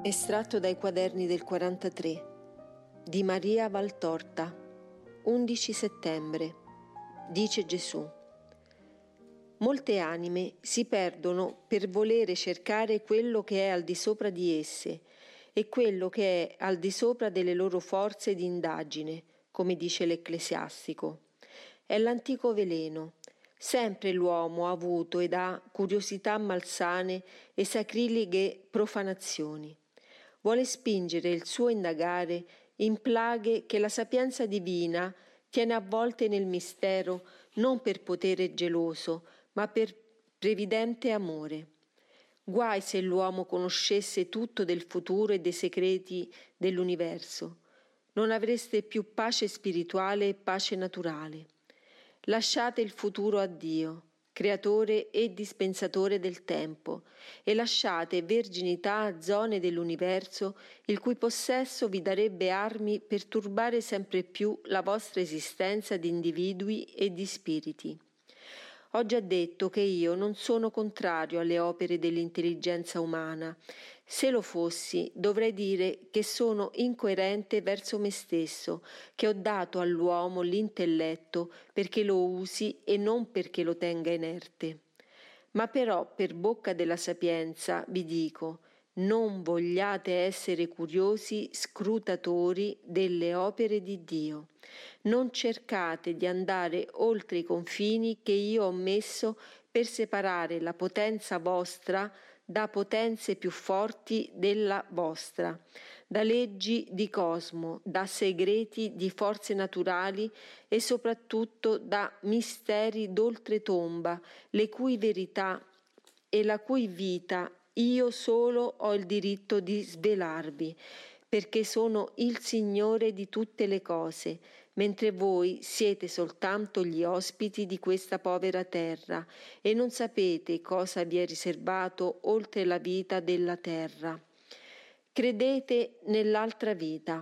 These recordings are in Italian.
Estratto dai quaderni del 43 di Maria Valtorta, 11 settembre. Dice Gesù: molte anime si perdono per volere cercare quello che è al di sopra di esse e quello che è al di sopra delle loro forze di indagine, come dice l'Ecclesiastico. È l'antico veleno. Sempre l'uomo ha avuto ed ha curiosità malsane e sacrileghe profanazioni. Vuole spingere il suo indagare in plaghe che la sapienza divina tiene avvolte nel mistero, non per potere geloso, ma per previdente amore. Guai se l'uomo conoscesse tutto del futuro e dei segreti dell'universo. Non avreste più pace spirituale e pace naturale. Lasciate il futuro a Dio, creatore e dispensatore del tempo, e lasciate verginità a zone dell'universo il cui possesso vi darebbe armi per turbare sempre più la vostra esistenza di individui e di spiriti. Ho già detto che io non sono contrario alle opere dell'intelligenza umana. Se lo fossi, dovrei dire che sono incoerente verso me stesso, che ho dato all'uomo l'intelletto perché lo usi e non perché lo tenga inerte. Ma però per bocca della sapienza vi dico: non vogliate essere curiosi scrutatori delle opere di Dio. Non cercate di andare oltre i confini che io ho messo per separare la potenza vostra da potenze più forti della vostra, da leggi di cosmo, da segreti di forze naturali e soprattutto da misteri d'oltretomba, le cui verità e la cui vita io solo ho il diritto di svelarvi, perché sono il Signore di tutte le cose, mentre voi siete soltanto gli ospiti di questa povera terra e non sapete cosa vi è riservato oltre la vita della terra. Credete nell'altra vita.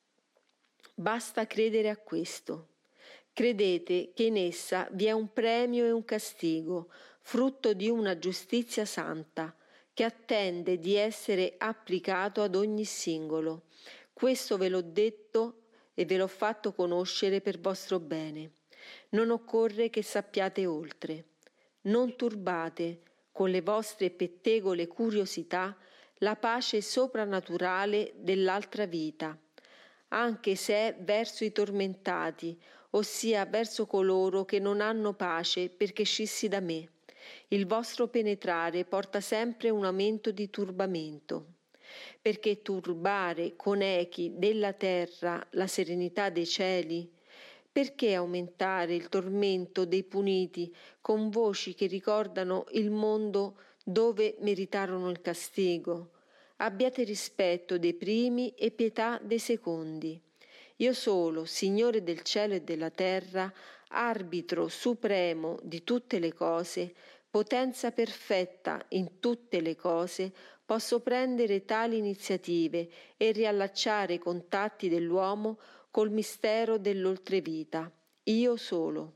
Basta credere a questo. Credete che in essa vi è un premio e un castigo, frutto di una giustizia santa, che attende di essere applicato ad ogni singolo. Questo ve l'ho detto e ve l'ho fatto conoscere per vostro bene. Non occorre che sappiate oltre. Non turbate con le vostre pettegole curiosità la pace soprannaturale dell'altra vita, anche se è verso i tormentati, ossia verso coloro che non hanno pace perché scissi da me. Il vostro penetrare porta sempre un aumento di turbamento, perché turbare con echi della terra la serenità dei cieli? Perché aumentare il tormento dei puniti con voci che ricordano il mondo dove meritarono il castigo? Abbiate rispetto dei primi e pietà dei secondi. Io solo, Signore del cielo e della terra, arbitro supremo di tutte le cose, potenza perfetta in tutte le cose, posso prendere tali iniziative e riallacciare i contatti dell'uomo col mistero dell'oltrevita, io solo.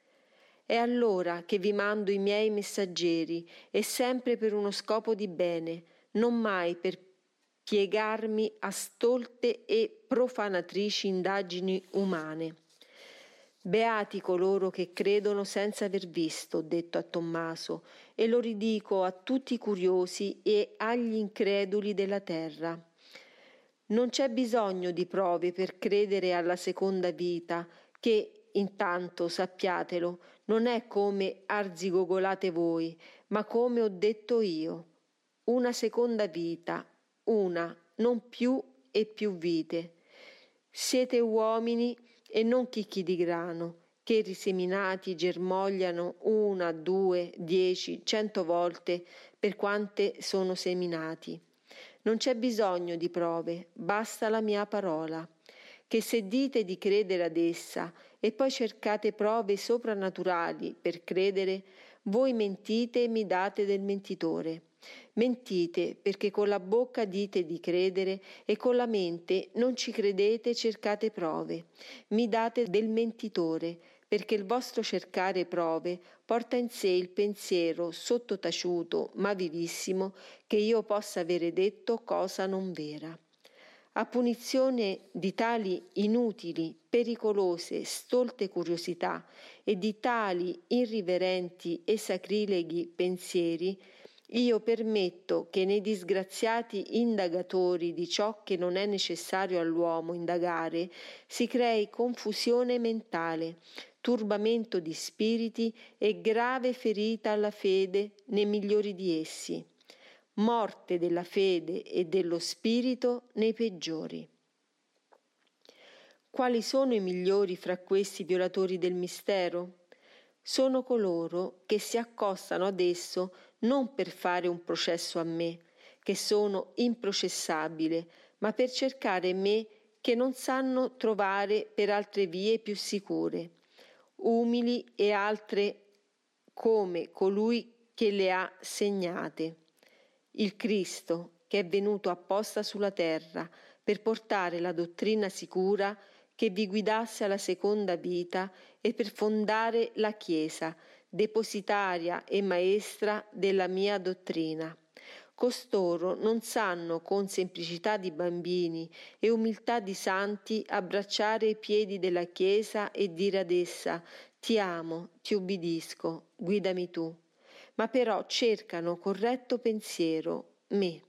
È allora che vi mando i miei messaggeri, e sempre per uno scopo di bene, non mai per piegarmi a stolte e profanatrici indagini umane. Beati coloro che credono senza aver visto, ho detto a Tommaso, e lo ridico a tutti i curiosi e agli increduli della terra. Non c'è bisogno di prove per credere alla seconda vita, che, intanto, sappiatelo, non è come arzigogolate voi, ma come ho detto io. Una seconda vita, una, non più e più vite. Siete uomini e non chicchi di grano, che riseminati germogliano 1, 2, 10, 100 volte per quante sono seminati. Non c'è bisogno di prove, basta la mia parola, che se dite di credere ad essa e poi cercate prove soprannaturali per credere, voi mentite e mi date del mentitore. Mentite perché con la bocca dite di credere e con la mente non ci credete e cercate prove. Mi date del mentitore perché il vostro cercare prove porta in sé il pensiero sottotaciuto ma vivissimo che io possa avere detto cosa non vera. A punizione di tali inutili, pericolose, stolte curiosità e di tali irriverenti e sacrileghi pensieri, io permetto che nei disgraziati indagatori di ciò che non è necessario all'uomo indagare si crei confusione mentale, turbamento di spiriti e grave ferita alla fede nei migliori di essi, morte della fede e dello spirito nei peggiori. Quali sono i migliori fra questi violatori del mistero? Sono coloro che si accostano ad esso non per fare un processo a me, che sono improcessabile, ma per cercare me che non sanno trovare per altre vie più sicure, umili e altre come colui che le ha segnate. Il Cristo, che è venuto apposta sulla terra per portare la dottrina sicura che vi guidasse alla seconda vita e per fondare la Chiesa, depositaria e maestra della mia dottrina. Costoro non sanno con semplicità di bambini e umiltà di santi abbracciare i piedi della Chiesa e dire ad essa: ti amo, ti ubbidisco, guidami tu. Ma però cercano corretto pensiero, me.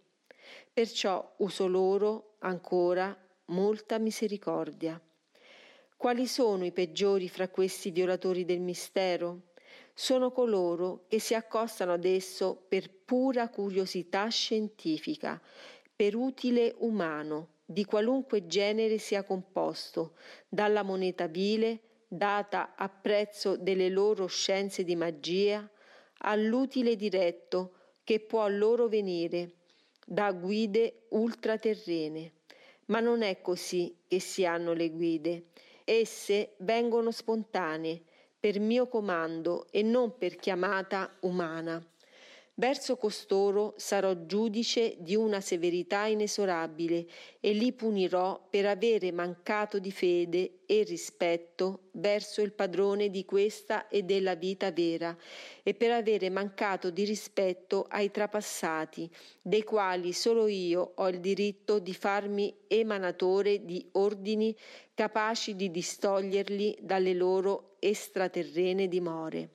Perciò uso loro ancora molta misericordia. Quali sono i peggiori fra questi violatori del mistero? Sono coloro che si accostano ad esso per pura curiosità scientifica, per utile umano, di qualunque genere sia composto, dalla moneta vile, data a prezzo delle loro scienze di magia, all'utile diretto che può loro venire da guide ultraterrene. Ma non è così che si hanno le guide. Esse vengono spontanee, per mio comando e non per chiamata umana. Verso costoro sarò giudice di una severità inesorabile e li punirò per avere mancato di fede e rispetto verso il padrone di questa e della vita vera e per avere mancato di rispetto ai trapassati, dei quali solo io ho il diritto di farmi emanatore di ordini capaci di distoglierli dalle loro extraterrene dimore.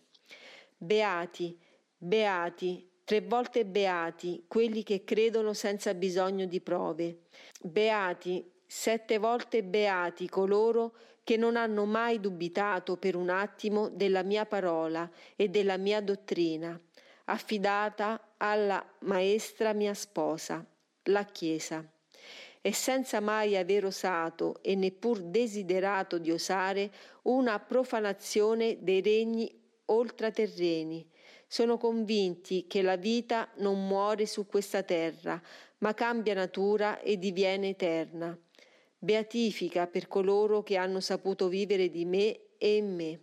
Beati, beati, 3 volte beati quelli che credono senza bisogno di prove. Beati, 7 volte beati coloro che non hanno mai dubitato per un attimo della mia parola e della mia dottrina, affidata alla maestra mia sposa, la Chiesa. E senza mai aver osato e neppur desiderato di osare una profanazione dei regni oltraterreni. Sono convinti che la vita non muore su questa terra, ma cambia natura e diviene eterna. Beatifica per coloro che hanno saputo vivere di me e in me.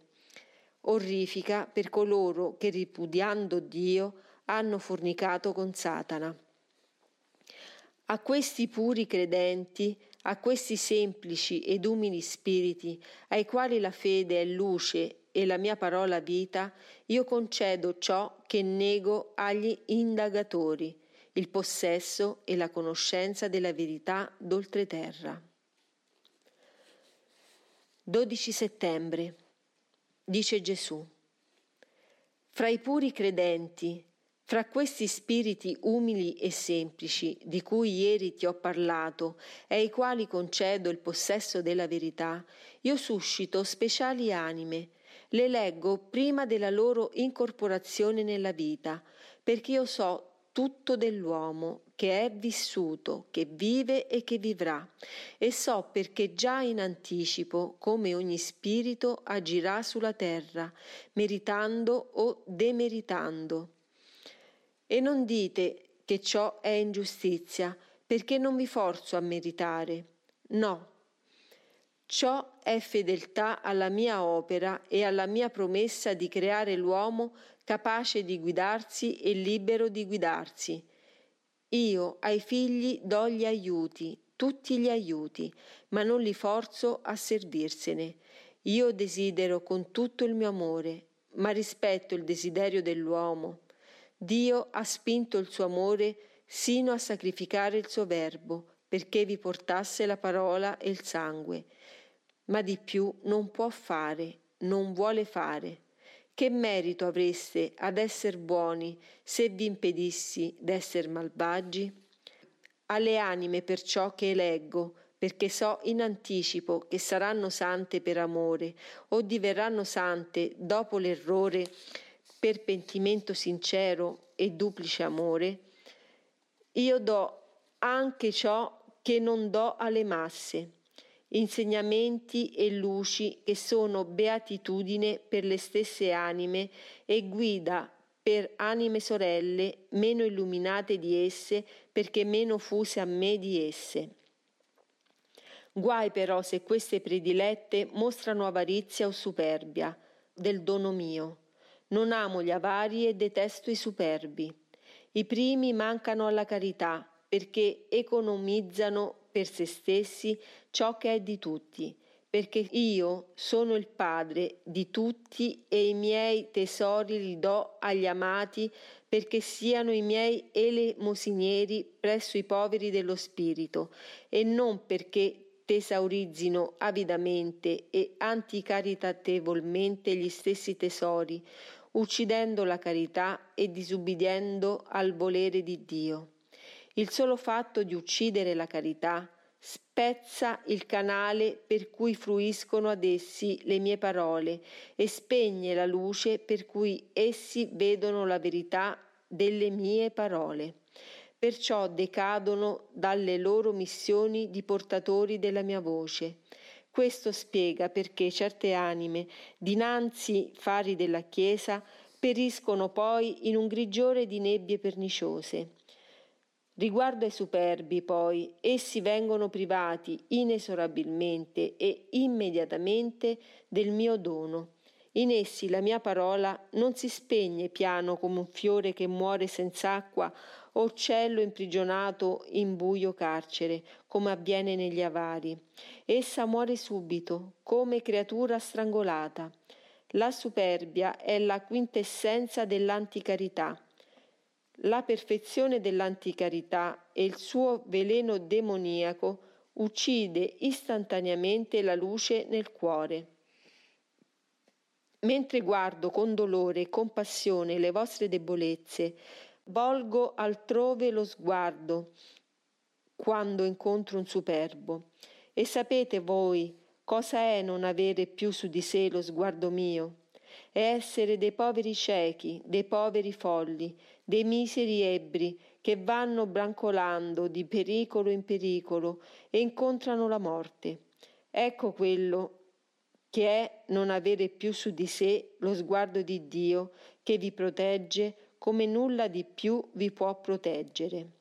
Orrifica per coloro che, ripudiando Dio, hanno fornicato con Satana. A questi puri credenti, a questi semplici ed umili spiriti, ai quali la fede è luce e la mia parola vita, io concedo ciò che nego agli indagatori, il possesso e la conoscenza della verità d'oltreterra. 12 settembre. Dice Gesù: fra i puri credenti, fra questi spiriti umili e semplici di cui ieri ti ho parlato e ai quali concedo il possesso della verità, io suscito speciali anime, le leggo prima della loro incorporazione nella vita, perché io so tutto dell'uomo che è vissuto, che vive e che vivrà, e so perché già in anticipo come ogni spirito agirà sulla terra, meritando o demeritando. E non dite che ciò è ingiustizia, perché non vi forzo a meritare. No. Ciò è fedeltà alla mia opera e alla mia promessa di creare l'uomo capace di guidarsi e libero di guidarsi. Io ai figli do gli aiuti, tutti gli aiuti, ma non li forzo a servirsene. Io desidero con tutto il mio amore, ma rispetto il desiderio dell'uomo. Dio ha spinto il suo amore sino a sacrificare il suo verbo, perché vi portasse la parola e il sangue. Ma di più non può fare, non vuole fare. Che merito avreste ad esser buoni se vi impedissi d'esser malvagi? Alle anime perciò che eleggo, perché so in anticipo che saranno sante per amore, o diverranno sante dopo l'errore per pentimento sincero e duplice amore, io do anche ciò che non do alle masse, insegnamenti e luci che sono beatitudine per le stesse anime e guida per anime sorelle meno illuminate di esse, perché meno fuse a me di esse. Guai però se queste predilette mostrano avarizia o superbia del dono mio. Non amo gli avari e detesto i superbi. I primi mancano alla carità, perché economizzano per se stessi ciò che è di tutti, perché io sono il padre di tutti e i miei tesori li do agli amati, perché siano i miei elemosinieri presso i poveri dello spirito, e non perché tesaurizzino avidamente e anticaritatevolmente gli stessi tesori, uccidendo la carità e disubbidiendo al volere di Dio. Il solo fatto di uccidere la carità spezza il canale per cui fruiscono ad essi le mie parole e spegne la luce per cui essi vedono la verità delle mie parole. Perciò decadono dalle loro missioni di portatori della mia voce. Questo spiega perché certe anime, dinanzi fari della Chiesa, periscono poi in un grigiore di nebbie perniciose. Riguardo ai superbi, poi, essi vengono privati inesorabilmente e immediatamente del mio dono. In essi la mia parola non si spegne piano come un fiore che muore senz'acqua o uccello imprigionato in buio carcere, come avviene negli avari. Essa muore subito, come creatura strangolata. La superbia è la quintessenza dell'anticarità. La perfezione dell'anticarità e il suo veleno demoniaco uccide istantaneamente la luce nel cuore. Mentre guardo con dolore e compassione le vostre debolezze, volgo altrove lo sguardo quando incontro un superbo. E sapete voi cosa è non avere più su di sé lo sguardo mio? È essere dei poveri ciechi, dei poveri folli, dei miseri ebbri che vanno brancolando di pericolo in pericolo e incontrano la morte. Ecco quello che è non avere più su di sé lo sguardo di Dio che vi protegge come nulla di più vi può proteggere.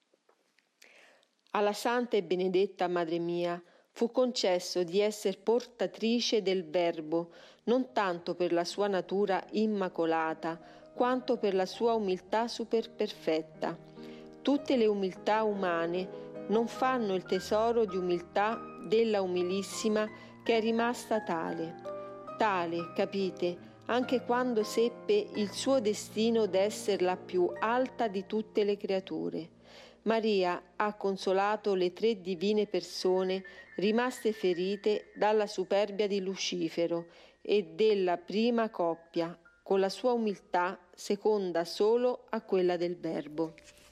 Alla santa e benedetta Madre mia fu concesso di essere portatrice del Verbo, non tanto per la sua natura immacolata, quanto per la sua umiltà superperfetta. Tutte le umiltà umane non fanno il tesoro di umiltà della umilissima che è rimasta tale, capite, anche quando seppe il suo destino d'essere la più alta di tutte le creature. Maria ha consolato le 3 divine persone rimaste ferite dalla superbia di Lucifero e della prima coppia, con la sua umiltà seconda solo a quella del Verbo.